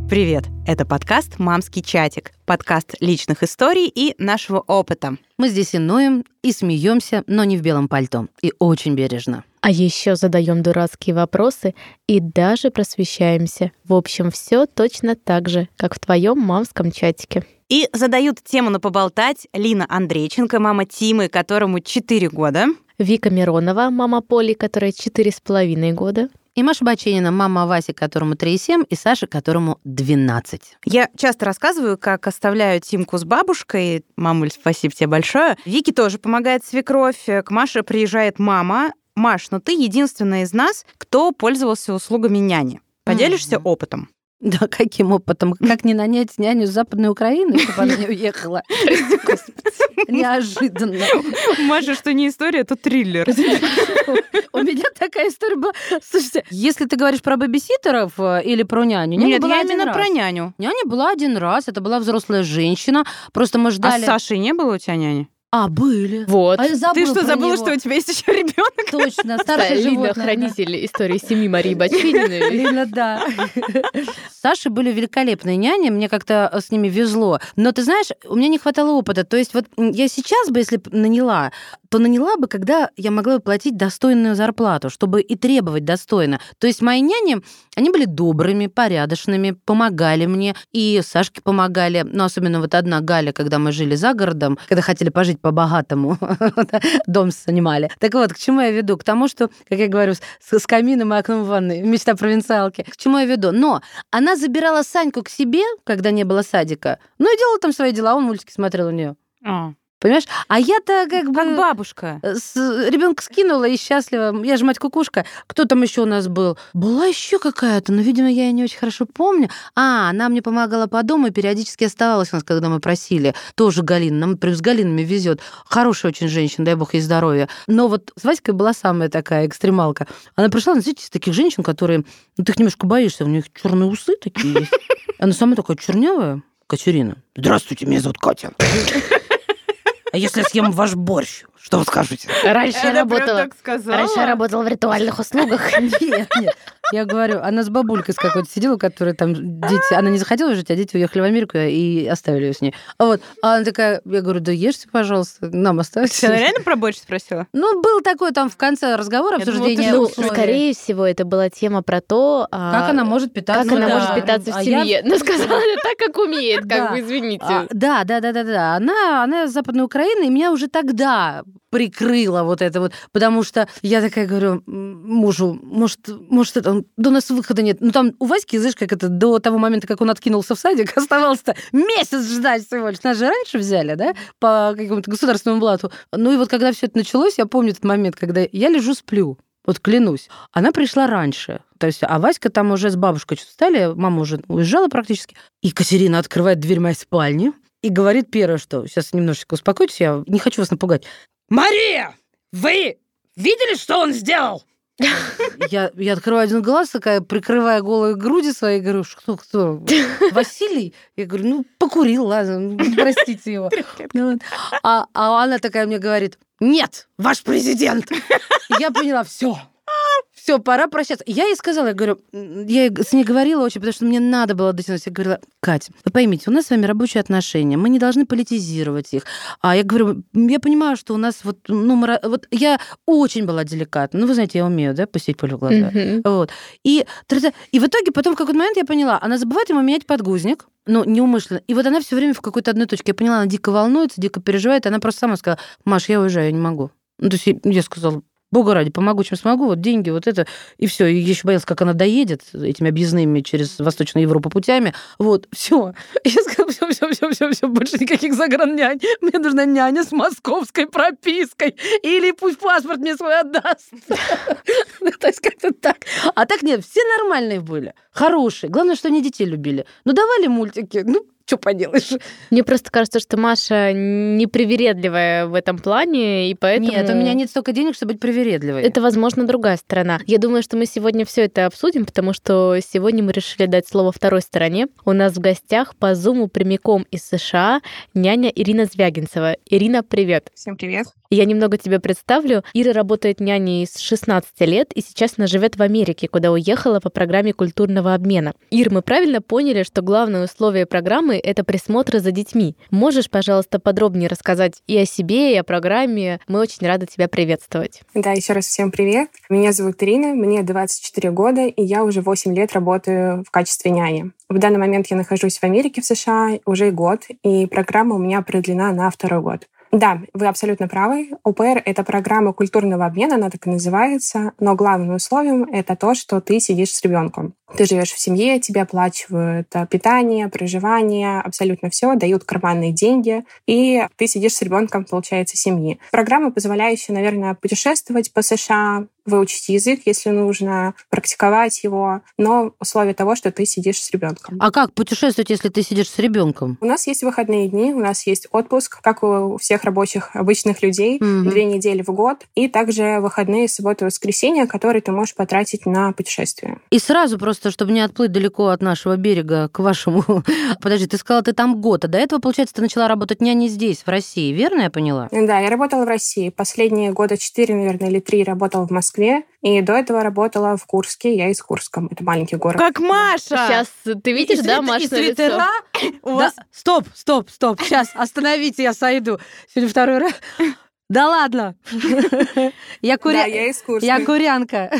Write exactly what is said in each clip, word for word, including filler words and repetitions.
Привет! Это подкаст «Мамский чатик», подкаст личных историй и нашего опыта. Мы здесь и ноем, и смеемся, но не в белом пальто, и очень бережно. А еще задаем дурацкие вопросы и даже просвещаемся. В общем, все точно так же, как в твоем мамском чатике. И задают тему на поболтать Лина Андрейченко, мама Тимы, которому четыре года. Вика Миронова, мама Поли, которой четыре с половиной года. И Маша Баченина, мама Васи, которому три и семь, и Саши, которому двенадцать. Я часто рассказываю, как оставляю Тимку с бабушкой. Мамуль, спасибо тебе большое. Вике тоже помогает свекровь. К Маше приезжает мама. Маш, ну ты единственная из нас, кто пользовался услугами няни. Поделишься mm-hmm. опытом? Да, каким опытом? Как не нанять няню с Западной Украины, чтобы она не уехала? Неожиданно. Маша, что не история, то триллер. У меня такая история была. Слушайте, если ты говоришь про бэбиситеров или про няню, няня Нет, была я один именно раз. про няню. Няня была один раз, это была взрослая женщина. Просто мы ждали... А с Сашей не было у тебя няни? А, были. Вот. А я забыла Ты что, забыла, него. что у тебя есть еще ребенок? Точно, старшее Лина, животное. хранитель истории семьи Марии Бачениной. Лина, да. Саши были великолепные няни, мне как-то с ними везло. Но ты знаешь, у меня не хватало опыта. То есть вот я сейчас бы, если бы наняла, то наняла бы, когда я могла бы платить достойную зарплату, чтобы и требовать достойно. То есть мои няни, они были добрыми, порядочными, помогали мне, и Сашке помогали. Ну, особенно вот одна Галя, когда мы жили за городом, когда хотели пожить по-богатому, дом снимали. Так вот, к чему я веду? К тому, что, как я говорю, с, с камином и окном в ванной, мечта провинциалки. К чему я веду? Но она забирала Саньку к себе, когда не было садика, ну и делала там свои дела, он мультики смотрел у нее. А. Понимаешь? А я-то как бы... Как бабушка. Ребенка скинула и счастлива. Я же мать-кукушка. Кто там еще у нас был? Была еще какая-то, но, видимо, я ее не очень хорошо помню. А, она мне помогала по дому и периодически оставалась у нас, когда мы просили. Тоже Галина. Нам прям с Галинами везет. Хорошая очень женщина, дай бог ей здоровья. Но вот с Васькой была самая такая экстремалка. Она пришла, знаете, из таких женщин, которые... Ну, ты их немножко боишься, у них черные усы такие есть. Она сама такая чернявая. Катерина. Здравствуйте, меня зовут Катя. А если я съем ваш борщ, что вы скажете? Раньше я Она работала. прям так сказала. Раньше я работала в ритуальных услугах. Нет, нет. Я говорю, она с бабулькой с какой-то сидела, которая там дети... Она не захотела жить, а дети уехали в Америку и оставили ее с ней. А вот, а она такая, я говорю, да ешьте, пожалуйста, нам оставьте. Она реально про борщ спросила? Ну, был такой там в конце разговора, обсуждения. Ну, скорее всего, это была тема про то, как она может питаться. как она да. может питаться в А семье. я- Ну, сказала она так, как умеет, Да. как бы, извините. А, да, да, да, да, да. Она, она из Западной Украины, и меня уже тогда прикрыла вот это вот, потому что я такая говорю мужу, может, может это, да у нас выхода нет. Ну, там у Васьки, знаешь, как это, до того момента, как он откинулся в садик, оставалось-то месяц ждать всего лишь. Нас же раньше взяли, да, по какому-то государственному блату. Ну, и вот когда все это началось, я помню этот момент, когда я лежу, сплю. Вот клянусь. Она пришла раньше. То есть, а Васька там уже с бабушкой что-то стали, мама уже уезжала практически. И Катерина открывает дверь моей спальни и говорит первое, что... Сейчас немножечко успокойтесь, я не хочу вас напугать. Мария, вы видели, что он сделал? Я, я открываю один глаз, такая, прикрывая голые груди свои, говорю, кто, кто? Василий? Я говорю, ну, покурил, ладно, простите его. А, а она такая мне говорит, нет, ваш президент. И я поняла, все. Все, пора прощаться. Я ей сказала, я говорю, я с ней говорила очень, потому что мне надо было дотянуть. Я говорила, Катя, вы поймите, у нас с вами рабочие отношения, мы не должны политизировать их. А я говорю, я понимаю, что у нас вот, ну, мы, вот я очень была деликатна. Ну, вы знаете, я умею, да, пустить пыль в глаза. Mm-hmm. Вот. И, и в итоге потом в какой-то момент я поняла, она забывает ему менять подгузник, ну, неумышленно. И вот она все время в какой-то одной точке. Я поняла, она дико волнуется, дико переживает. Она просто сама сказала, Маш, я уезжаю, я не могу. Ну, то есть я сказала, Бога ради, помогу, чем смогу, вот деньги, вот это, и все. И я еще боялась, как она доедет этими объездными через Восточную Европу путями. Вот, все. Я сказала, все, все, все, все, все, больше никаких заграннянь. Мне нужна няня с московской пропиской. Или пусть паспорт мне свой отдаст. То есть как-то так. А так нет, все нормальные были, хорошие. Главное, что они детей любили. Ну, давали мультики, ну, что поделаешь? Мне просто кажется, что Маша непривередливая в этом плане, и поэтому... Нет, у меня нет столько денег, чтобы быть привередливой. Это, возможно, другая сторона. Я думаю, что мы сегодня все это обсудим, потому что сегодня мы решили дать слово второй стороне. У нас в гостях по Зуму прямиком из США няня Ирина Звягинцева. Ирина, привет. Всем привет. Я немного тебя представлю. Ира работает няней с шестнадцати лет, и сейчас она живет в Америке, куда уехала по программе культурного обмена. Ир, мы правильно поняли, что главное условие программы — это присмотр за детьми. Можешь, пожалуйста, подробнее рассказать и о себе, и о программе? Мы очень рады тебя приветствовать. Да, еще раз всем привет. Меня зовут Ирина, мне двадцать четыре года, и я уже восемь лет работаю в качестве няни. В данный момент я нахожусь в Америке, в США, уже год, и программа у меня продлена на второй год. Да, вы абсолютно правы. Au pair — это программа культурного обмена, она так и называется, но главным условием — это то, что ты сидишь с ребенком. Ты живешь в семье, тебе оплачивают питание, проживание, абсолютно все, дают карманные деньги, и ты сидишь с ребенком, получается, семьи. Программа, позволяющая, наверное, путешествовать по США, выучить язык, если нужно, практиковать его, но условие того, что ты сидишь с ребенком. А как путешествовать, если ты сидишь с ребенком? У нас есть выходные дни, у нас есть отпуск, как у всех рабочих обычных людей, mm-hmm. две недели в год, и также выходные суббота и воскресенье, которые ты можешь потратить на путешествие. И сразу просто, чтобы не отплыть далеко от нашего берега к вашему... Подожди, ты сказала, ты там год, а до этого, получается, ты начала работать няней здесь, в России, верно я поняла? Да, я работала в России. Последние года четыре, наверное, или три работала в Москве, и до этого работала в Курске. Я из Курска. Это маленький город. Как Маша! Сейчас ты видишь, и да, Маша, лицо? У вас... Да. Стоп, стоп, стоп. Сейчас, остановите, я сойду. Сегодня второй раз... Да ладно. Я, куря... да, я из Курска. Я курянка.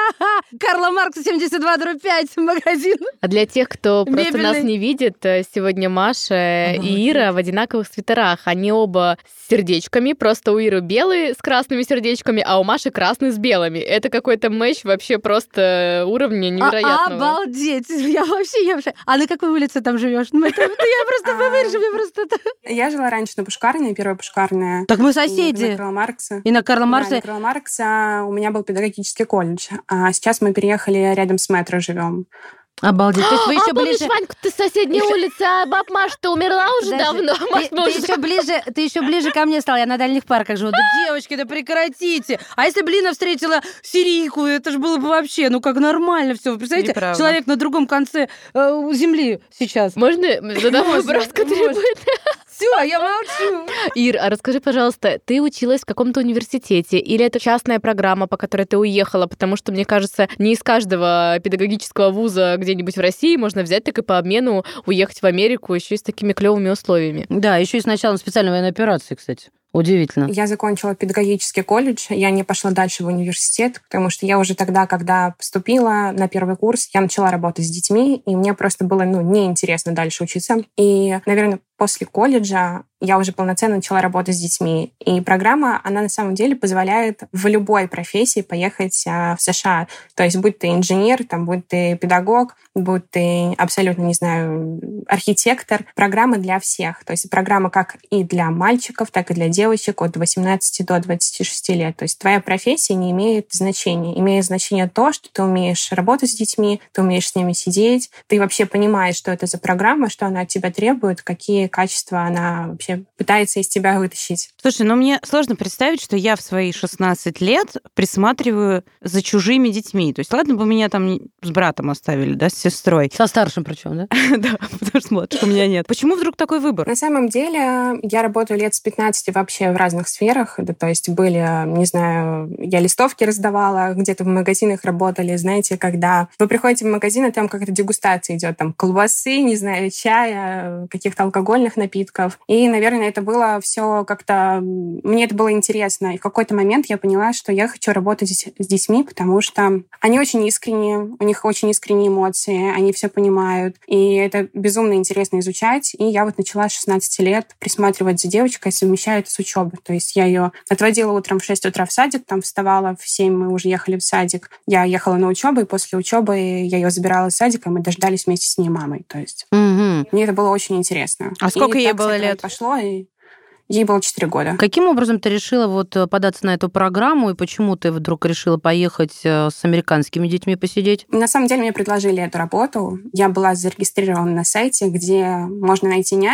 Карла Маркса, семьдесят два дробь пять, магазин. А для тех, кто просто Мебельный. нас не видит, сегодня Маша ага, и Ира в одинаковых свитерах. Они оба с сердечками, просто у Иры белые с красными сердечками, а у Маши красные с белыми. Это какой-то мэч вообще просто уровня невероятного. А, обалдеть! Я вообще, я вообще... А на какой улице там живешь? Ну, это, это я просто вырежу, я просто... Я жила раньше на Пушкарной, первая Пушкарная. Так мы соседи. На Карла Маркса. И на Карла Маркса. Да, на Карла Маркса у меня был педагогический колледж. А сейчас мы переехали рядом с метро живем. Обалдеть. То есть вы еще а помнишь, ближе... Ванька, ты с соседней улицы, а баб Маша-то умерла уже Подожди, давно. Маш, ты, ты, еще ближе, ты еще ближе ко мне стала, я на дальних парках живу. Да, девочки, да прекратите. А если бы Лина встретила сирийку, это же было бы вообще, ну как нормально все. Вы представляете, Неправда. Человек на другом конце э, земли сейчас. Можно задам вопрос, который будет? Все, я молчу. Ир, а расскажи, пожалуйста, ты училась в каком-то университете или это частная программа, по которой ты уехала? Потому что, мне кажется, не из каждого педагогического вуза где-нибудь в России можно взять так и по обмену уехать в Америку еще и с такими клевыми условиями. Да, еще и с началом специальной военной операции, кстати. Удивительно. Я закончила педагогический колледж, я не пошла дальше в университет, потому что я уже тогда, когда поступила на первый курс, я начала работать с детьми, и мне просто было ну, неинтересно дальше учиться. И, наверное, после колледжа я уже полноценно начала работать с детьми. И программа, она на самом деле позволяет в любой профессии поехать в США. То есть будь ты инженер, там, будь ты педагог, будь ты абсолютно, не знаю, архитектор. Программа для всех. То есть программа как и для мальчиков, так и для девочек от восемнадцати до двадцати шести лет. То есть твоя профессия не имеет значения. Имеет значение то, что ты умеешь работать с детьми, ты умеешь с ними сидеть, ты вообще понимаешь, что это за программа, что она от тебя требует, какие качества она вообще пытается из тебя вытащить. Слушай, ну мне сложно представить, что я в свои шестнадцать лет присматриваю за чужими детьми. То есть, ладно бы меня там с братом оставили, да, с сестрой. Со старшим причем, да? Да, потому что младших у меня нет. Почему вдруг такой выбор? На самом деле, я работаю лет с пятнадцати вообще в разных сферах. Да, то есть были, не знаю, я листовки раздавала, где-то в магазинах работали. Знаете, когда вы приходите в магазин, и там какая-то дегустация идет, там колбасы, не знаю, чая, каких-то алкогольных напитков. И, наверное, это было все как-то... Мне это было интересно. И в какой-то момент я поняла, что я хочу работать с детьми, потому что они очень искренние, у них очень искренние эмоции, они все понимают. И это безумно интересно изучать. И я вот начала с шестнадцати лет присматривать за девочкой, совмещая это с учебой. То есть я ее отводила утром в шесть утра в садик, там вставала в семь, мы уже ехали в садик. Я ехала на учебу, и после учебы я ее забирала из садика, и мы дождались вместе с ней мамой. То есть угу. Мне это было очень интересно. А сколько и ей так было лет? Пошло, и ей было четыре года. Каким образом ты решила вот податься на эту программу, и почему ты вдруг решила поехать с американскими детьми посидеть? На самом деле мне предложили эту работу. Я была зарегистрирована на сайте, где можно найти няню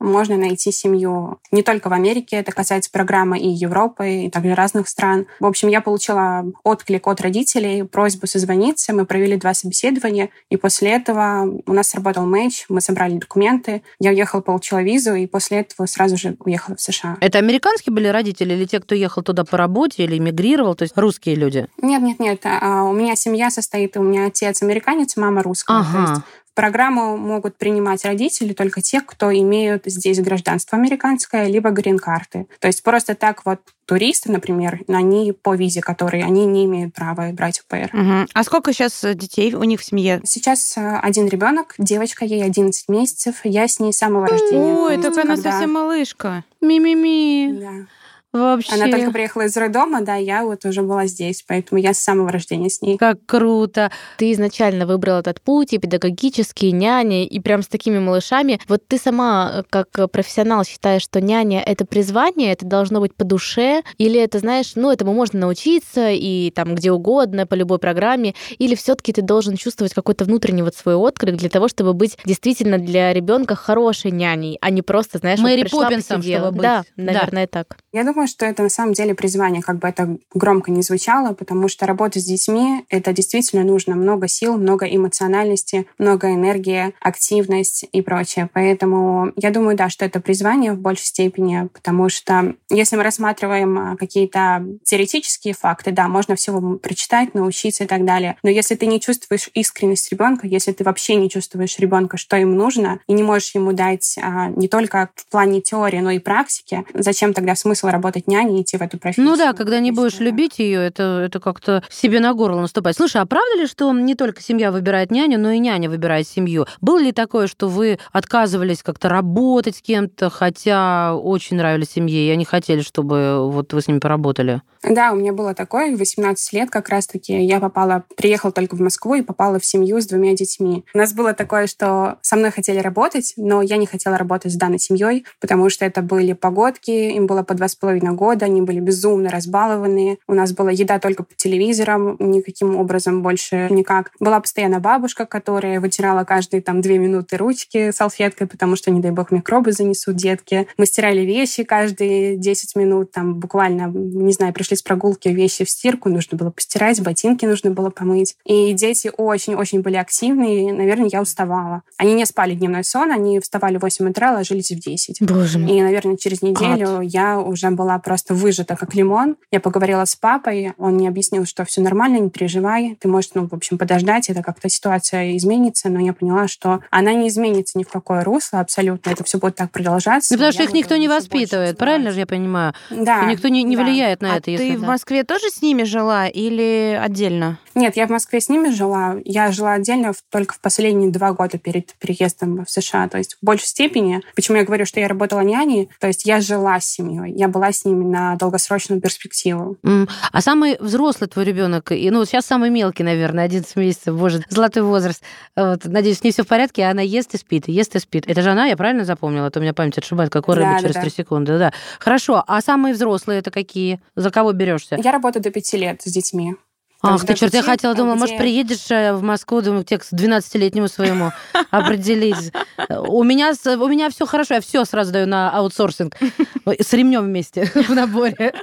можно найти семью не только в Америке, это касается программы и Европы, и также разных стран. В общем, я получила отклик от родителей, просьбу созвониться, мы провели два собеседования, и после этого у нас сработал матч, мы собрали документы, я уехала, получила визу, и после этого сразу же уехала в США. Это американские были родители или те, кто ехал туда по работе или эмигрировал, то есть русские люди? Нет, нет, нет. У меня семья состоит, у меня отец американец, мама русская. Ага. То есть в программу могут принимать родители только тех, кто имеют здесь гражданство американское, либо грин-карты. То есть просто так вот туристы, например, они по визе, которые они не имеют права брать эй пи эр. Угу. А сколько сейчас детей у них в семье? Сейчас один ребенок, девочка, ей одиннадцать месяцев. Я с ней с самого рождения. Ой, только она когда... совсем малышка. Ми-ми-ми. Да. Вообще. Она только приехала из роддома, да, я вот уже была здесь, поэтому я с самого рождения с ней. Как круто. Ты изначально выбрал этот путь, и педагогический, няни, и прям с такими малышами. Вот ты сама, как профессионал, считаешь, что няня — это призвание, это должно быть по душе, или это, знаешь, ну, этому можно научиться, и там где угодно, по любой программе, или все таки ты должен чувствовать какой-то внутренний вот свой отклик для того, чтобы быть действительно для ребенка хорошей няней, а не просто, знаешь, Мэри вот пришла, Поппинсом, посидела. чтобы быть. Да, наверное, Да. так. Я думаю, что это на самом деле призвание, как бы это громко не звучало, потому что работа с детьми — это действительно нужно много сил, много эмоциональности, много энергии, активность и прочее. Поэтому я думаю, да, что это призвание в большей степени, потому что если мы рассматриваем какие-то теоретические факты, да, можно всего прочитать, научиться и так далее. Но если ты не чувствуешь искренность ребенка, если ты вообще не чувствуешь ребенка, что ему нужно, и не можешь ему дать а, не только в плане теории, но и практики, зачем тогда смысл работать няней и идти в эту профессию? Ну да, когда не будешь любить ее, это, это как-то себе на горло наступать. Слушай, а правда ли, что не только семья выбирает няню, но и няня выбирает семью? Было ли такое, что вы отказывались как-то работать с кем-то, хотя очень нравились семье, и они хотели, чтобы вот вы с ними поработали? Да, у меня было такое. В восемнадцать лет как раз-таки я попала, приехала только в Москву и попала в семью с двумя детьми. У нас было такое, что со мной хотели работать, но я не хотела работать с данной семьей, потому что это были погодки, им было по два с половиной года, они были безумно разбалованные. У нас была еда только по телевизорам, никаким образом больше никак. Была постоянно бабушка, которая вытирала каждые там две минуты ручки салфеткой, потому что, не дай бог, микробы занесут детки. Мы стирали вещи каждые десять минут, там буквально, не знаю, пришли с прогулки, вещи в стирку, нужно было постирать, ботинки нужно было помыть. И дети очень-очень были активные, и, наверное, я уставала. Они не спали дневной сон, они вставали в восемь утра, ложились в десять. Боже мой. И, наверное, через неделю Ад. я уже была просто выжата, как лимон. Я поговорила с папой, он мне объяснил, что все нормально, не переживай, ты можешь, ну, в общем, подождать, это как-то ситуация изменится, но я поняла, что она не изменится ни в какое русло абсолютно, это все будет так продолжаться. Ну, потому что их никто не воспитывает, правильно же я понимаю? Да. Никто не, не да. влияет на а это. ты если в да. Москве тоже с ними жила или отдельно? Нет, я в Москве с ними жила. Я жила отдельно только в последние два года перед переездом в США. То есть в большей степени, почему я говорю, что я работала няней, то есть я жила с семьей, я была с ними на долгосрочную перспективу. Mm. А самый взрослый твой ребенок, и, ну, сейчас самый мелкий, наверное, одиннадцать месяцев, боже, золотой возраст. Вот, надеюсь, с ней все в порядке, а она ест и спит, ест и спит. Это же она, я правильно запомнила? А то у меня память отшибает, как у рыбы да, через да, три да. секунды. Да. Хорошо, а самые взрослые это какие? За кого берешься? Я работаю до пяти лет с детьми. Ах, ты черт, я хотела, думала, где... может, приедешь в Москву, думаю, к двенадцатилетнему своему определить. У меня, у меня все хорошо, я все сразу даю на аутсорсинг. С ремнем вместе в наборе.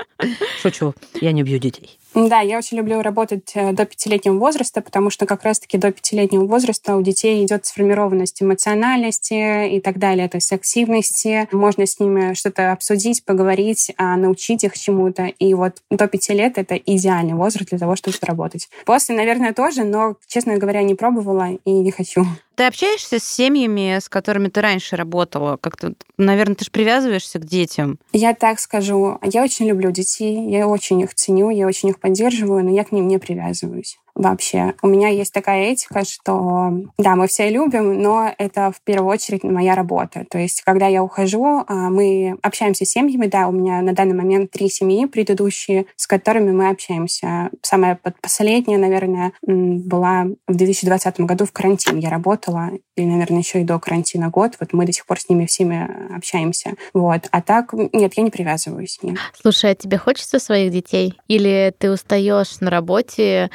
Шучу, я не бью детей. Да, я очень люблю работать до пятилетнего возраста, потому что как раз-таки до пятилетнего возраста у детей идет сформированность эмоциональности и так далее, то есть активности. Можно с ними что-то обсудить, поговорить, научить их чему-то. И вот до пяти лет это идеальный возраст для того, чтобы работать. После, наверное, тоже, но, честно говоря, не пробовала и не хочу. Ты общаешься с семьями, с которыми ты раньше работала? Как-то, наверное, ты же привязываешься к детям. Я так скажу. Я очень люблю детей, я очень их ценю, я очень их поддерживаю, но я к ним не привязываюсь. Вообще. У меня есть такая этика, что да, мы все любим, но это в первую очередь моя работа. То есть, когда я ухожу, мы общаемся с семьями. Да, у меня на данный момент три семьи предыдущие, с которыми мы общаемся. Самая последняя, наверное, была в две тысячи двадцатом году в карантин. Я работала, и, наверное, еще и до карантина год. Вот мы до сих пор с ними всеми общаемся. Вот. А так, нет, я не привязываюсь. Нет. Слушай, а тебе хочется своих детей? Или ты устаешь на работе? Ну, поняла,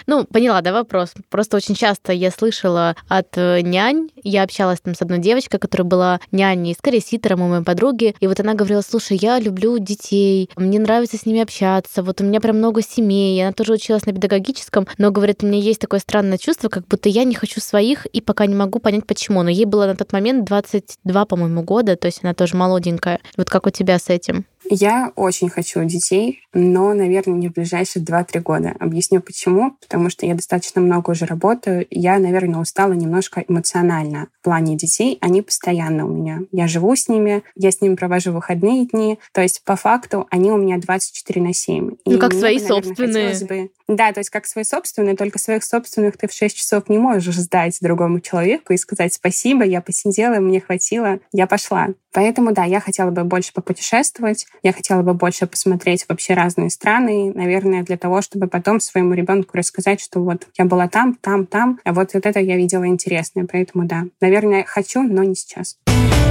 Поняла, да, вопрос. Просто очень часто я слышала от нянь, я общалась там с одной девочкой, которая была няней, скорее ситером у моей подруги, и вот она говорила: слушай, я люблю детей, мне нравится с ними общаться, вот у меня прям много семей, она тоже училась на педагогическом, но, говорит, у меня есть такое странное чувство, как будто я не хочу своих и пока не могу понять, почему. Но ей было на тот момент двадцать два, по-моему, года, то есть она тоже молоденькая. Вот как у тебя с этим? Я очень хочу детей, но, наверное, не в ближайшие два-три года. Объясню почему. Потому что я достаточно много уже работаю. Я, наверное, устала немножко эмоционально в плане детей. Они постоянно у меня. Я живу с ними, я с ними провожу выходные дни. То есть, по факту, они у меня двадцать четыре на семь. Ну, и как мне, свои наверное, собственные. бы... Да, то есть как свои собственные, только своих собственных ты в шесть часов не можешь сдать другому человеку и сказать: спасибо, я посидела, мне хватило, я пошла. Поэтому, да, я хотела бы больше попутешествовать, я хотела бы больше посмотреть вообще разные страны, наверное, для того, чтобы потом своему ребенку рассказать, что вот я была там, там, там, а вот, вот это я видела интересное. Поэтому, да, наверное, хочу, но не сейчас.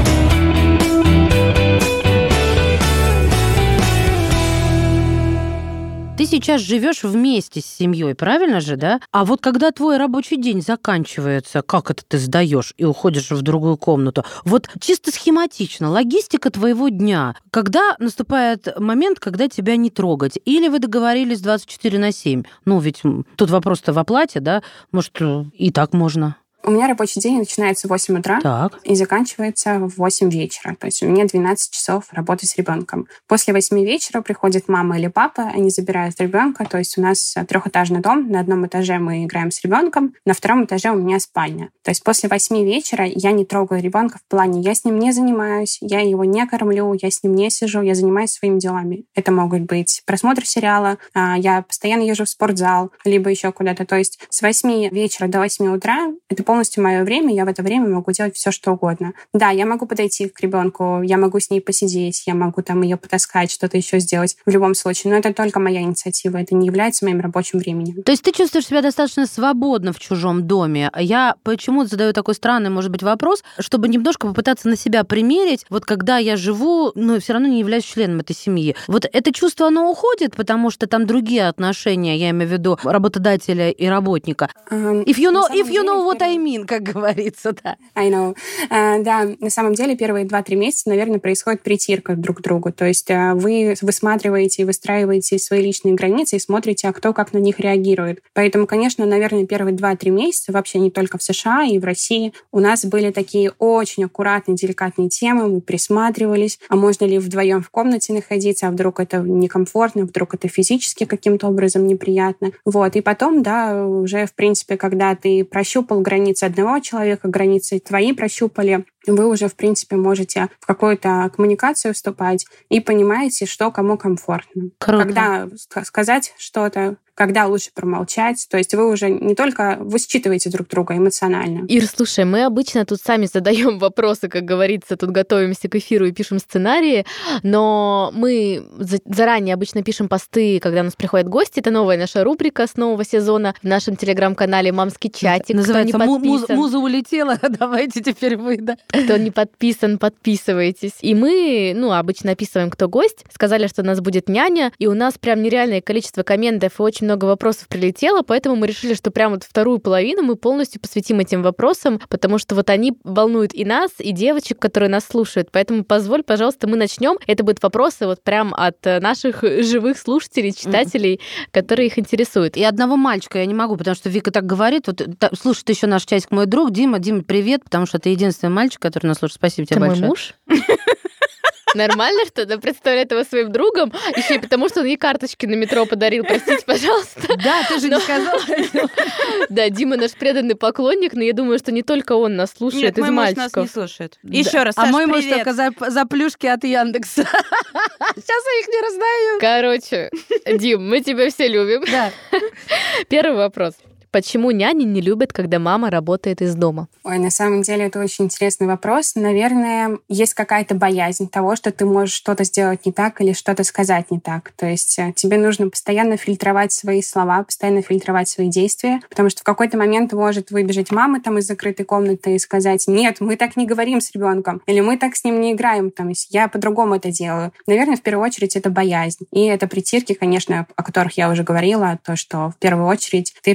Ты сейчас живешь вместе с семьей, правильно же, да? А вот когда твой рабочий день заканчивается, как это ты сдаешь и уходишь в другую комнату? Вот чисто схематично, логистика твоего дня. Когда наступает момент, когда тебя не трогать? Или вы договорились двадцать четыре на семь? Ну, ведь тут вопрос-то в оплате, да? Может, и так можно? У меня рабочий день начинается в восемь утра так. и заканчивается в восемь вечера. То есть у меня двенадцать часов работы с ребенком. После восьми вечера приходит мама или папа, они забирают ребенка. То есть у нас трехэтажный дом. На одном этаже мы играем с ребенком, на втором этаже у меня спальня. То есть после восьми вечера я не трогаю ребенка в плане, я с ним не занимаюсь, я его не кормлю, я с ним не сижу, я занимаюсь своими делами. Это могут быть просмотр сериала, я постоянно езжу в спортзал, либо еще куда-то. То есть с восьми вечера до восьми утра это полностью мое время, я в это время могу делать все, что угодно. Да, я могу подойти к ребенку, я могу с ней посидеть, я могу там ее потаскать, что-то еще сделать в любом случае, но это только моя инициатива, это не является моим рабочим временем. То есть ты чувствуешь себя достаточно свободно в чужом доме. Я почему-то задаю такой странный, может быть, вопрос, чтобы немножко попытаться на себя примерить, вот когда я живу, но все равно не являюсь членом этой семьи. Вот это чувство, оно уходит, потому что там другие отношения, я имею в виду работодателя и работника. Um, if you know, if you know what I mean, как говорится, да. I know. Uh, да, на самом деле первые два-три месяца, наверное, происходит притирка друг к другу. То есть uh, вы высматриваете и выстраиваете свои личные границы и смотрите, а кто как на них реагирует. Поэтому, конечно, наверное, первые два-три месяца, вообще не только в США и в России, у нас были такие очень аккуратные, деликатные темы, мы присматривались, а можно ли вдвоем в комнате находиться, а вдруг это некомфортно, вдруг это физически каким-то образом неприятно. Вот. И потом, да, уже, в принципе, когда ты прощупал границы одного человека, границы твои прощупали, вы уже, в принципе, можете в какую-то коммуникацию вступать и понимаете, что кому комфортно. Круто. Когда сказать что-то, когда лучше промолчать. То есть вы уже не только вы считываете друг друга эмоционально. Ир, слушай, мы обычно тут сами задаем вопросы, как говорится, тут готовимся к эфиру и пишем сценарии, но мы заранее обычно пишем посты, когда у нас приходят гости. Это новая наша рубрика с нового сезона в нашем телеграм-канале «Мамский чатик». Называется «Муза, муза улетела», давайте теперь вы, да. Кто не подписан, подписывайтесь. И мы, ну, обычно описываем, кто гость. Сказали, что у нас будет няня, и у нас прям нереальное количество комментов и очень много вопросов прилетело, поэтому мы решили, что прям вот вторую половину мы полностью посвятим этим вопросам, потому что вот они волнуют и нас, и девочек, которые нас слушают. Поэтому позволь, пожалуйста, мы начнем. Это будут вопросы вот прям от наших живых слушателей, читателей, mm-hmm. которые их интересуют. И одного мальчика я не могу, потому что Вика так говорит. Вот слушает еще наш чатик мой друг Дима. Дима, привет, потому что ты единственный мальчик, который нас слушает. Спасибо тебе большое. Ты мой муж? Нормально, что она представляет его своим другом, еще и потому, что он ей карточки на метро подарил, простите, пожалуйста. Да, ты же не сказала. Да, Дима наш преданный поклонник, но я думаю, что не только он нас слушает из мальчиков. Нет, мой муж нас не слушает. Еще раз, А мой муж только за плюшки от Яндекса. Сейчас я их не раздаю. Короче, Дим, мы тебя все любим. Да. Первый вопрос. Почему няни не любят, когда мама работает из дома? Ой, на самом деле это очень интересный вопрос. Наверное, есть какая-то боязнь того, что ты можешь что-то сделать не так или что-то сказать не так. То есть тебе нужно постоянно фильтровать свои слова, постоянно фильтровать свои действия, потому что в какой-то момент может выбежать мама там из закрытой комнаты и сказать: нет, мы так не говорим с ребенком, или мы так с ним не играем, там, я по-другому это делаю. Наверное, в первую очередь это боязнь. И это притирки, конечно, о которых я уже говорила, то, что в первую очередь ты все-таки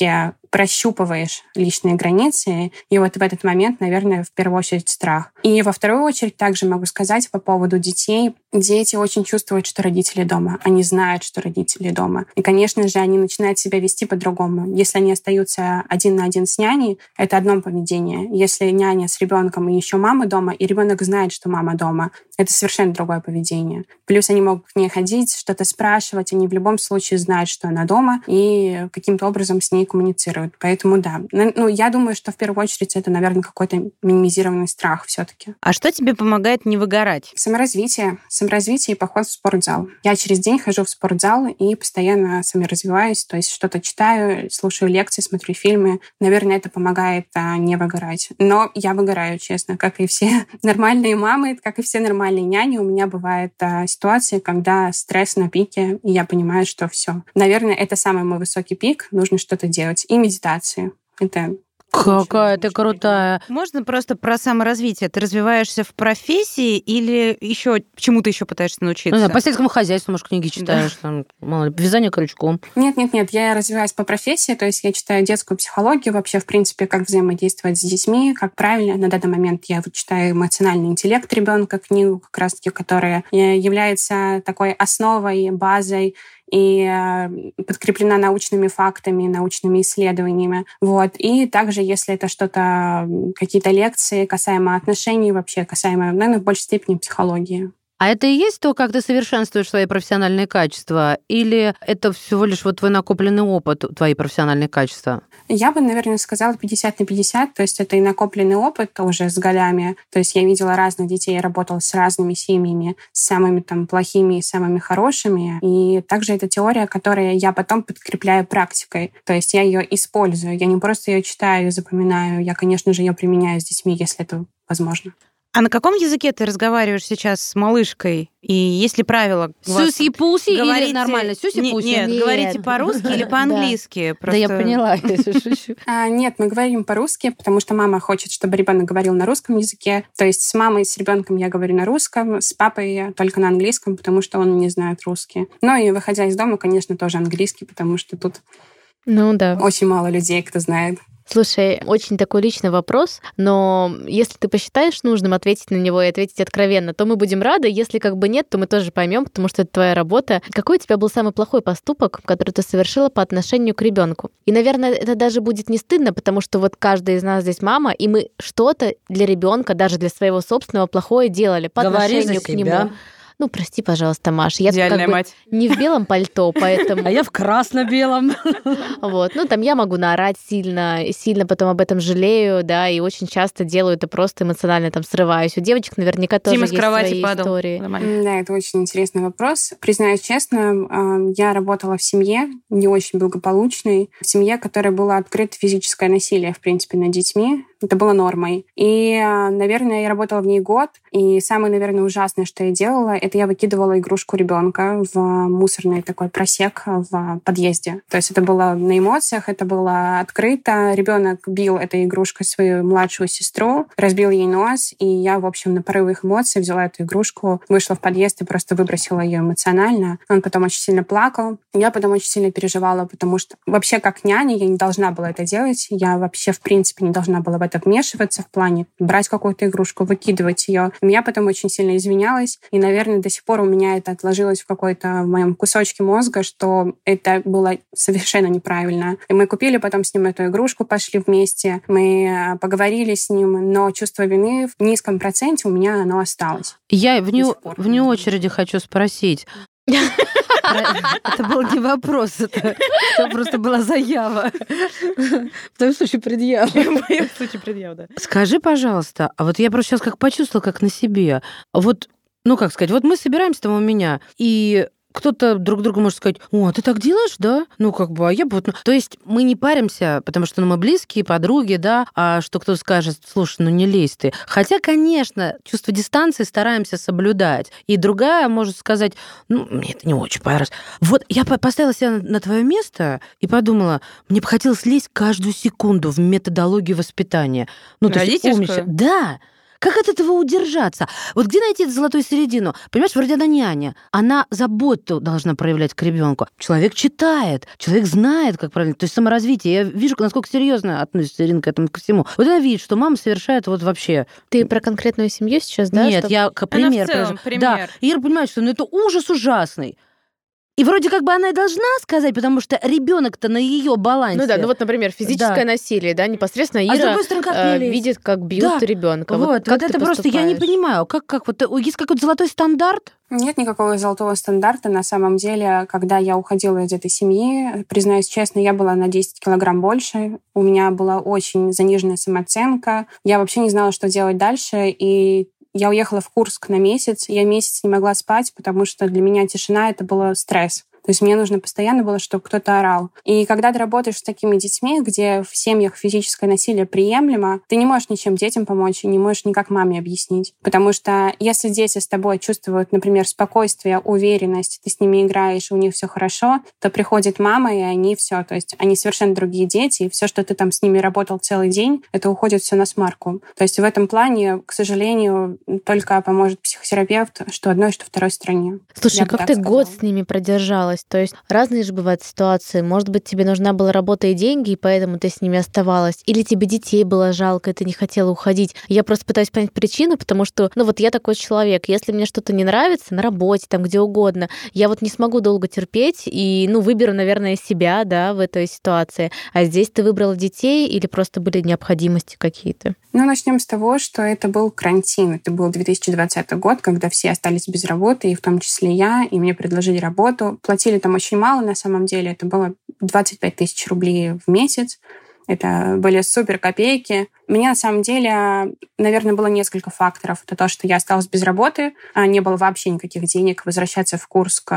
все-таки прощупываешь личные границы, и вот в этот момент, наверное, в первую очередь страх. И во вторую очередь также могу сказать по поводу детей. Дети очень чувствуют, что родители дома. Они знают, что родители дома. И, конечно же, они начинают себя вести по-другому. Если они остаются один на один с няней, это одно поведение. Если няня с ребенком и еще мама дома, и ребенок знает, что мама дома, это совершенно другое поведение. Плюс они могут к ней ходить, что-то спрашивать, они в любом случае знают, что она дома, и каким-то образом с ней коммуницируют. Поэтому да. Ну, я думаю, что в первую очередь это, наверное, какой-то минимизированный страх все-таки. А что тебе помогает не выгорать? Саморазвитие. Саморазвитие и поход в спортзал. Я через день хожу в спортзал и постоянно саморазвиваюсь, то есть что-то читаю, слушаю лекции, смотрю фильмы. Наверное, это помогает а, не выгорать. Но я выгораю, честно, как и все нормальные мамы, как и все нормальные няни. У меня бывает а, ситуации, когда стресс на пике, и я понимаю, что все. Наверное, это самый мой высокий пик, нужно что-то делать. И медитации. Это Какая ты крутая. Можно просто про саморазвитие? Ты развиваешься в профессии или еще чему-то еще пытаешься научиться? Ну, да, по сельскому хозяйству, может, книги читаешь, да. Там, мало ли, вязание крючком. Нет-нет-нет, я развиваюсь по профессии, то есть я читаю детскую психологию, вообще, в принципе, как взаимодействовать с детьми, как правильно. На данный момент я вот читаю «Эмоциональный интеллект ребенка», книгу, как раз-таки, которая является такой основой, базой и подкреплена научными фактами, научными исследованиями. Вот. И также, если это что-то, какие-то лекции касаемо отношений вообще, касаемо, наверное, в большей степени психологии. А это и есть то, как ты совершенствуешь свои профессиональные качества? Или это всего лишь вот твой накопленный опыт, твои профессиональные качества? Я бы, наверное, сказала пятьдесят на пятьдесят. То есть это и накопленный опыт уже с годами. То есть я видела разных детей, я работала с разными семьями, с самыми там плохими и самыми хорошими. И также это теория, которую я потом подкрепляю практикой. То есть я ее использую. Я не просто ее читаю и запоминаю. Я, конечно же, ее применяю с детьми, если это возможно. А на каком языке ты разговариваешь сейчас с малышкой? И есть ли правила? Сюси-пуси или нормально? Сюси-пуси? Нет, нет, говорите по-русски или по-английски? Да, да я поняла, я шучу. А, нет, мы говорим по-русски, потому что мама хочет, чтобы ребенок говорил на русском языке. То есть с мамой, с ребенком я говорю на русском, с папой только на английском, потому что он не знает русский. Ну и выходя из дома, конечно, тоже английский, потому что тут ну, да. очень мало людей, кто знает. Слушай, очень такой личный вопрос, но если ты посчитаешь нужным ответить на него и ответить откровенно, то мы будем рады. Если как бы нет, то мы тоже поймем, потому что это твоя работа. Какой у тебя был самый плохой поступок, который ты совершила по отношению к ребенку? И, наверное, это даже будет не стыдно, потому что вот каждая из нас здесь мама, и мы что-то для ребенка, даже для своего собственного, плохое делали по Говори отношению к нему. Ну, прости, пожалуйста, Маша. Я идеальная как бы мать. Не в белом пальто, поэтому... А я в красно-белом. Вот. Ну, там я могу наорать сильно, сильно потом об этом жалею, да, и очень часто делаю это просто эмоционально там срываюсь. У девочек наверняка тоже Дима есть с кровати свои падал. истории. Да, это очень интересный вопрос. Признаюсь честно, я работала в семье, не очень благополучной, в семье, которая была открыто физическое насилие, в принципе, над детьми. Это было нормой. И, наверное, я работала в ней год, и самое, наверное, ужасное, что я делала, это я выкидывала игрушку ребенка в мусорный такой просек в подъезде. То есть это было на эмоциях, это было открыто. Ребенок бил этой игрушкой свою младшую сестру, разбил ей нос, и я, в общем, на порывах эмоций взяла эту игрушку, вышла в подъезд и просто выбросила ее эмоционально. Он потом очень сильно плакал. Я потом очень сильно переживала, потому что вообще как няня я не должна была это делать. Я вообще, в принципе, не должна была в это вмешиваться в плане брать какую-то игрушку, выкидывать ее. Я потом очень сильно извинялась, и, наверное, до сих пор у меня это отложилось в какой-то в моем кусочке мозга, что это было совершенно неправильно. И мы купили потом с ним эту игрушку, пошли вместе, мы поговорили с ним, но чувство вины в низком проценте у меня оно осталось. Я вне, вне очереди хочу спросить. Это был не вопрос, это, это просто была заява. В твоем случае предъява. В моем случае предъява, да. Скажи, пожалуйста, а вот я просто сейчас как почувствовала, как на себе. Вот, ну как сказать, вот мы собираемся там у меня, и кто-то друг другу может сказать: о, ты так делаешь, да? Ну, как бы, а я бы вот... Ну... То есть мы не паримся, потому что ну, мы близкие, подруги, да, а что кто-то скажет: слушай, ну не лезь ты. Хотя, конечно, чувство дистанции стараемся соблюдать. И другая может сказать: ну, мне это не очень понравилось. Вот я поставила себя на твое место и подумала, мне бы хотелось лезть каждую секунду в методологию воспитания. Ну, то есть умничать. Да. Как от этого удержаться? Вот где найти эту золотую середину? Понимаешь, вроде она няня. Она заботу должна проявлять к ребенку. Человек читает, человек знает, как правильно. То есть саморазвитие. Я вижу, насколько серьезно относится Ирина к этому ко всему. Вот она видит, что мама совершает вот вообще... Ты про конкретную семью сейчас, да? Нет, что... я как пример. Она в целом, пример. Да, Ира понимает, что ну, это ужас ужасный. И вроде как бы она и должна сказать, потому что ребенок-то на ее балансе. Ну да, ну вот, например, физическое да. насилие, да, непосредственно Ира а с другой стороны, как э, видит, как бьют да. ребенка. Вот, Вот, как вот это просто я не понимаю, как, как вот есть какой-то золотой стандарт? Нет никакого золотого стандарта. На самом деле, когда я уходила из этой семьи, признаюсь честно, я была на десять килограмм больше. У меня была очень заниженная самооценка. Я вообще не знала, что делать дальше. И я уехала в Курск на месяц. Я месяц не могла спать, потому что для меня тишина — это был стресс. То есть мне нужно постоянно было, чтобы кто-то орал. И когда ты работаешь с такими детьми, где в семьях физическое насилие приемлемо, ты не можешь ничем детям помочь и не можешь никак маме объяснить. Потому что если дети с тобой чувствуют, например, спокойствие, уверенность, ты с ними играешь, у них все хорошо, то приходит мама, и они все. То есть они совершенно другие дети, и все, что ты там с ними работал целый день, это уходит все на смарку. То есть в этом плане, к сожалению, только поможет психотерапевт, что одной, что второй стороне. Слушай, как ты сказала. Год с ними продержалась? То есть разные же бывают ситуации. Может быть, тебе нужна была работа и деньги, и поэтому ты с ними оставалась. Или тебе детей было жалко, и ты не хотела уходить. Я просто пытаюсь понять причину, потому что, ну вот я такой человек. Если мне что-то не нравится на работе, там где угодно, я вот не смогу долго терпеть и, ну, выберу, наверное, себя, да, в этой ситуации. А здесь ты выбрала детей или просто были необходимости какие-то? Ну, начнем с того, что это был карантин. Это был две тысячи двадцатый год, когда все остались без работы, и в том числе я, и мне предложили работу. Платили там очень мало, на самом деле. Это было двадцать пять тысяч рублей в месяц. Это были супер копейки. Мне, на самом деле, наверное, было несколько факторов. Это то, что я осталась без работы, не было вообще никаких денег. Возвращаться в Курск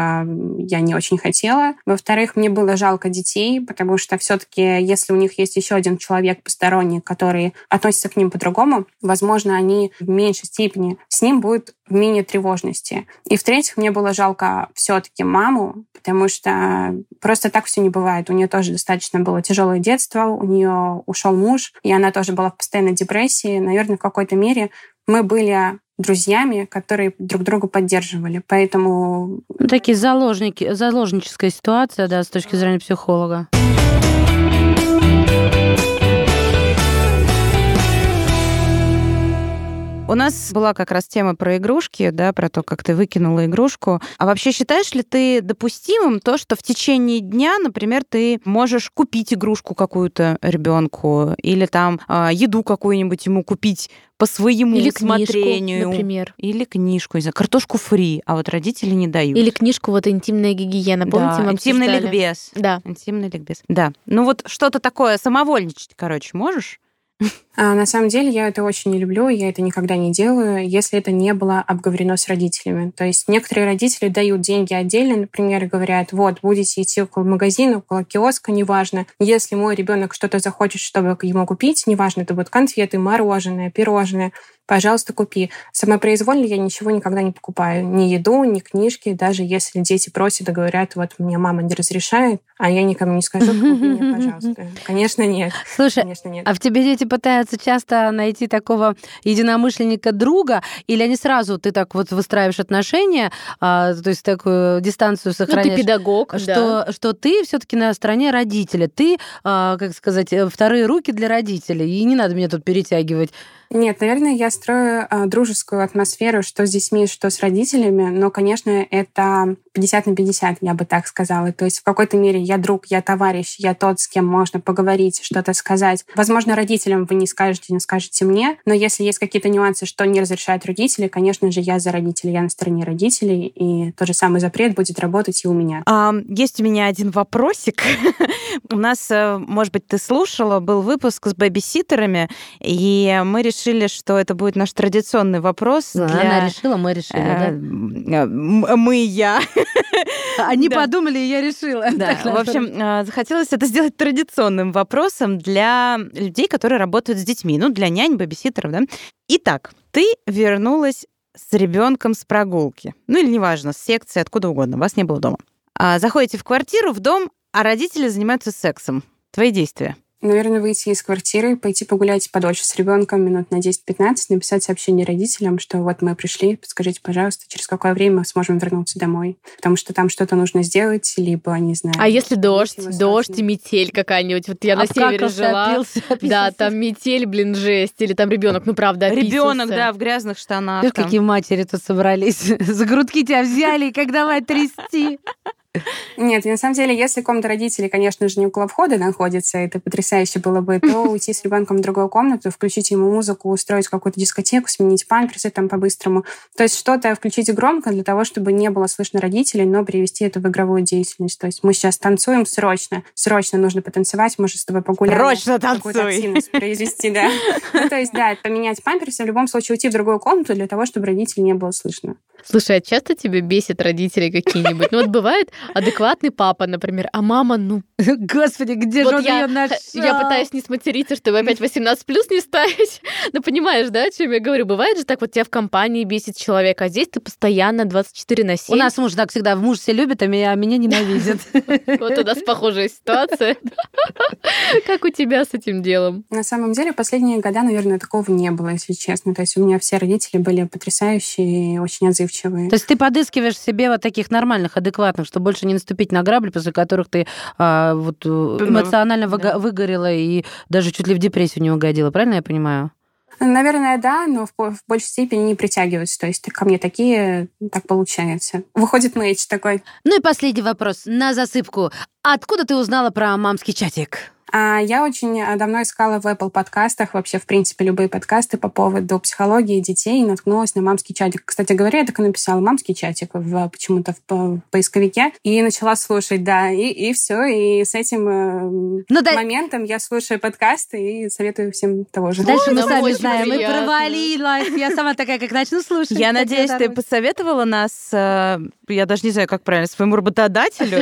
я не очень хотела. Во-вторых, мне было жалко детей, потому что все-таки, если у них есть еще один человек посторонний, который относится к ним по-другому, возможно, они в меньшей степени с ним будут в менее тревожности. И в-третьих, мне было жалко все-таки маму, потому что просто так все не бывает. У нее тоже достаточно было тяжелое детство, у нее ушел муж, и она тоже была в постоянной депрессии. Наверное, в какой-то мере мы были друзьями, которые друг друга поддерживали. Поэтому... Ну, такие заложники, заложническая ситуация, да, с точки зрения психолога. У нас была как раз тема про игрушки, да, про то, как ты выкинула игрушку. А вообще считаешь ли ты допустимым то, что в течение дня, например, ты можешь купить игрушку какую-то ребенку или там э, еду какую-нибудь ему купить по своему или усмотрению, книжку, например, или книжку, не знаю, картошку фри, а вот родители не дают. Или книжку вот «Интимная гигиена», помните, да, мы интимный обсуждали? ликбез. Да, интимный ликбез. Да, ну вот что-то такое самовольничать, короче, можешь? А на самом деле я это очень не люблю, я это никогда не делаю, если это не было обговорено с родителями. То есть некоторые родители дают деньги отдельно, например, и говорят, вот, будете идти около магазина, около киоска, неважно. Если мой ребенок что-то захочет, чтобы ему купить, неважно, это будут конфеты, мороженое, пирожное, пожалуйста, купи. Самопроизвольно я ничего никогда не покупаю. Ни еду, ни книжки. Даже если дети просят и говорят, вот, мне мама не разрешает, а я никому не скажу, купи мне, пожалуйста. Конечно, нет. Слушай, Конечно, нет. а в тебе дети пытаются часто найти такого единомышленника, друга, или они сразу, ты так вот выстраиваешь отношения, а, то есть такую дистанцию сохраняешь? Ну, ты педагог, что, да. Что ты все-таки на стороне родителя. Ты, а, как сказать, вторые руки для родителей. И не надо меня тут перетягивать. Нет, наверное, я строю э, дружескую атмосферу, что с детьми, что с родителями, но, конечно, это пятьдесят на пятьдесят, я бы так сказала. То есть в какой-то мере я друг, я товарищ, я тот, с кем можно поговорить, что-то сказать. Возможно, родителям вы не скажете, не скажете мне, но если есть какие-то нюансы, что не разрешают родители, конечно же, я за родителей, я на стороне родителей, и тот же самый запрет будет работать и у меня. А, есть у меня один вопросик. У нас, может быть, ты слушала, был выпуск с бэбиситерами, и мы решили, решили, что это будет наш традиционный вопрос. Да, для... Она решила, мы решили, да? Мы и я. Они да. подумали, и я решила. Да. В общем, захотелось это сделать традиционным вопросом для людей, которые работают с детьми. Ну, для нянь, бэбиситеров, да? Итак, ты вернулась с ребенком с прогулки. Ну, или неважно, с секции, откуда угодно. Вас не было дома. Заходите в квартиру, в дом, а родители занимаются сексом. Твои действия. Наверное, выйти из квартиры, пойти погулять подольше с ребенком минут на десять-пятнадцать, написать сообщение родителям, что вот мы пришли, подскажите, пожалуйста, через какое время мы сможем вернуться домой. Потому что там что-то нужно сделать, либо, не знаю... А если дождь, дождь и метель какая-нибудь? Вот я на севере жила. Опился, опился. Да, там метель, блин, жесть. Или там ребенок, ну правда, описался. Ребенок, да, в грязных штанах. Знаешь, какие матери тут собрались? За грудки тебя взяли, и как давай трясти. Нет, на самом деле, если комната родителей, конечно же, не около входа находится, это потрясающе было бы, то уйти с ребенком в другую комнату, включить ему музыку, устроить какую-то дискотеку, сменить памперсы там по-быстрому. То есть что-то включить громко для того, чтобы не было слышно родителей, но перевести это в игровую деятельность. То есть мы сейчас танцуем срочно, срочно нужно потанцевать, может, с тобой погулять. Срочно танцуй! Какую-то активность произвести, да. Ну, то есть, да, поменять памперсы, в любом случае уйти в другую комнату для того, чтобы родителей не было слышно. Слушай, а часто тебя бесит родители какие-нибудь? Ну вот бывает адекватный папа, например, а мама, ну... Господи, где вот же он я, ее нашел? Я пытаюсь не сматериться, чтобы опять восемнадцать плюс не ставить. Ну понимаешь, да, о чем я говорю? Бывает же так, вот тебя в компании бесит человек, а здесь ты постоянно двадцать четыре на семь. У нас муж так всегда, муж все любит, а меня, меня ненавидит. Вот у нас похожая ситуация. Как у тебя с этим делом? На самом деле, последние года, наверное, такого не было, если честно. То есть у меня все родители были потрясающие и очень отзывчивые. То есть ты подыскиваешь себе вот таких нормальных, адекватных, чтобы больше не наступить на грабли, после которых ты а, вот, эмоционально да. выго- выгорела и даже чуть ли в депрессию не угодила. Правильно я понимаю? Наверное, да, но в, в большей степени не притягиваются. То есть ко мне такие, так получается. Выходит мэйч такой. Ну и последний вопрос на засыпку. Откуда ты узнала про мамский чатик? А я очень давно искала в Apple подкастах, вообще, в принципе, любые подкасты по поводу психологии детей, и наткнулась на мамский чатик. Кстати говоря, я так и написала «мамский чатик» в, почему-то в поисковике, и начала слушать, да, и, и все, и с этим ну, моментом да... я слушаю подкасты и советую всем того же. Дальше мы сами знаем, мы провалилась, я сама такая, как начну слушать. Я надеюсь, ты посоветовала нас, я даже не знаю, как правильно, своему работодателю,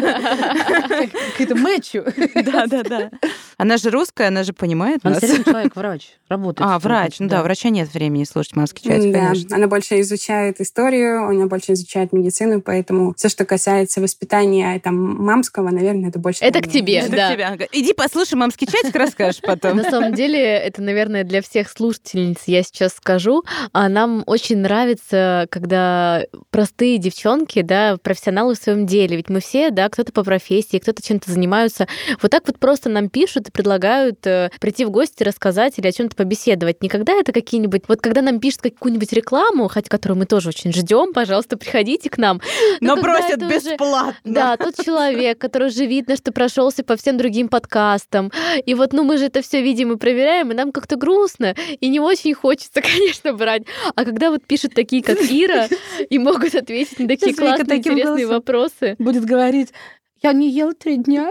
да? Какую-то мэтчу. Да-да-да. Она же русская, она же понимает Он нас. серьезный человек, врач, работает. А, врач, ну да, врача нет времени слушать мамский чатик, да, конечно. Она больше изучает историю, она больше изучает медицину, поэтому все, что касается воспитания там мамского, наверное, это больше... Это к тебе, это да. к тебе. Иди послушай мамский чатик, расскажешь потом. На самом деле, это, наверное, для всех слушательниц я сейчас скажу. А нам очень нравится, когда простые девчонки, да, профессионалы в своем деле. Ведь мы все, да, кто-то по профессии, кто-то чем-то занимаются. Вот так вот просто нам пишут и предлагают э, прийти в гости, рассказать или о чем-то побеседовать. Никогда это какие-нибудь... Вот когда нам пишут какую-нибудь рекламу, хоть которую мы тоже очень ждем, пожалуйста, приходите к нам. Но, Но просят бесплатно. Уже, да, тот человек, который уже видно, что прошелся по всем другим подкастам. И вот, ну, мы же это все видим и проверяем, и нам как-то грустно, и не очень хочется, конечно, брать. А когда вот пишут такие, как Ира, и могут ответить на такие классные, интересные вопросы. Будет говорить... Я не ел три дня.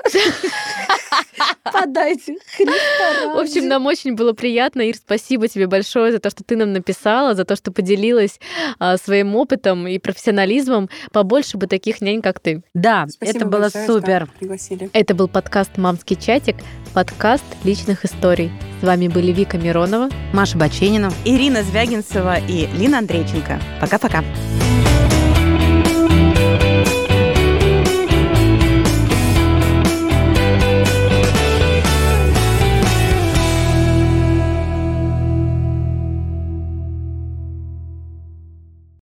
Подайте, Христа ради. В общем, нам очень было приятно. Ир, спасибо тебе большое за то, что ты нам написала, за то, что поделилась а, своим опытом и профессионализмом. Побольше бы таких нянь, как ты. Да, спасибо это было большое, супер. Что пригласили. Это был подкаст «Мамский чатик», подкаст личных историй. С вами были Вика Миронова, Маша Баченина, Ирина Звягинцева и Лина Андрейченко. Пока-пока.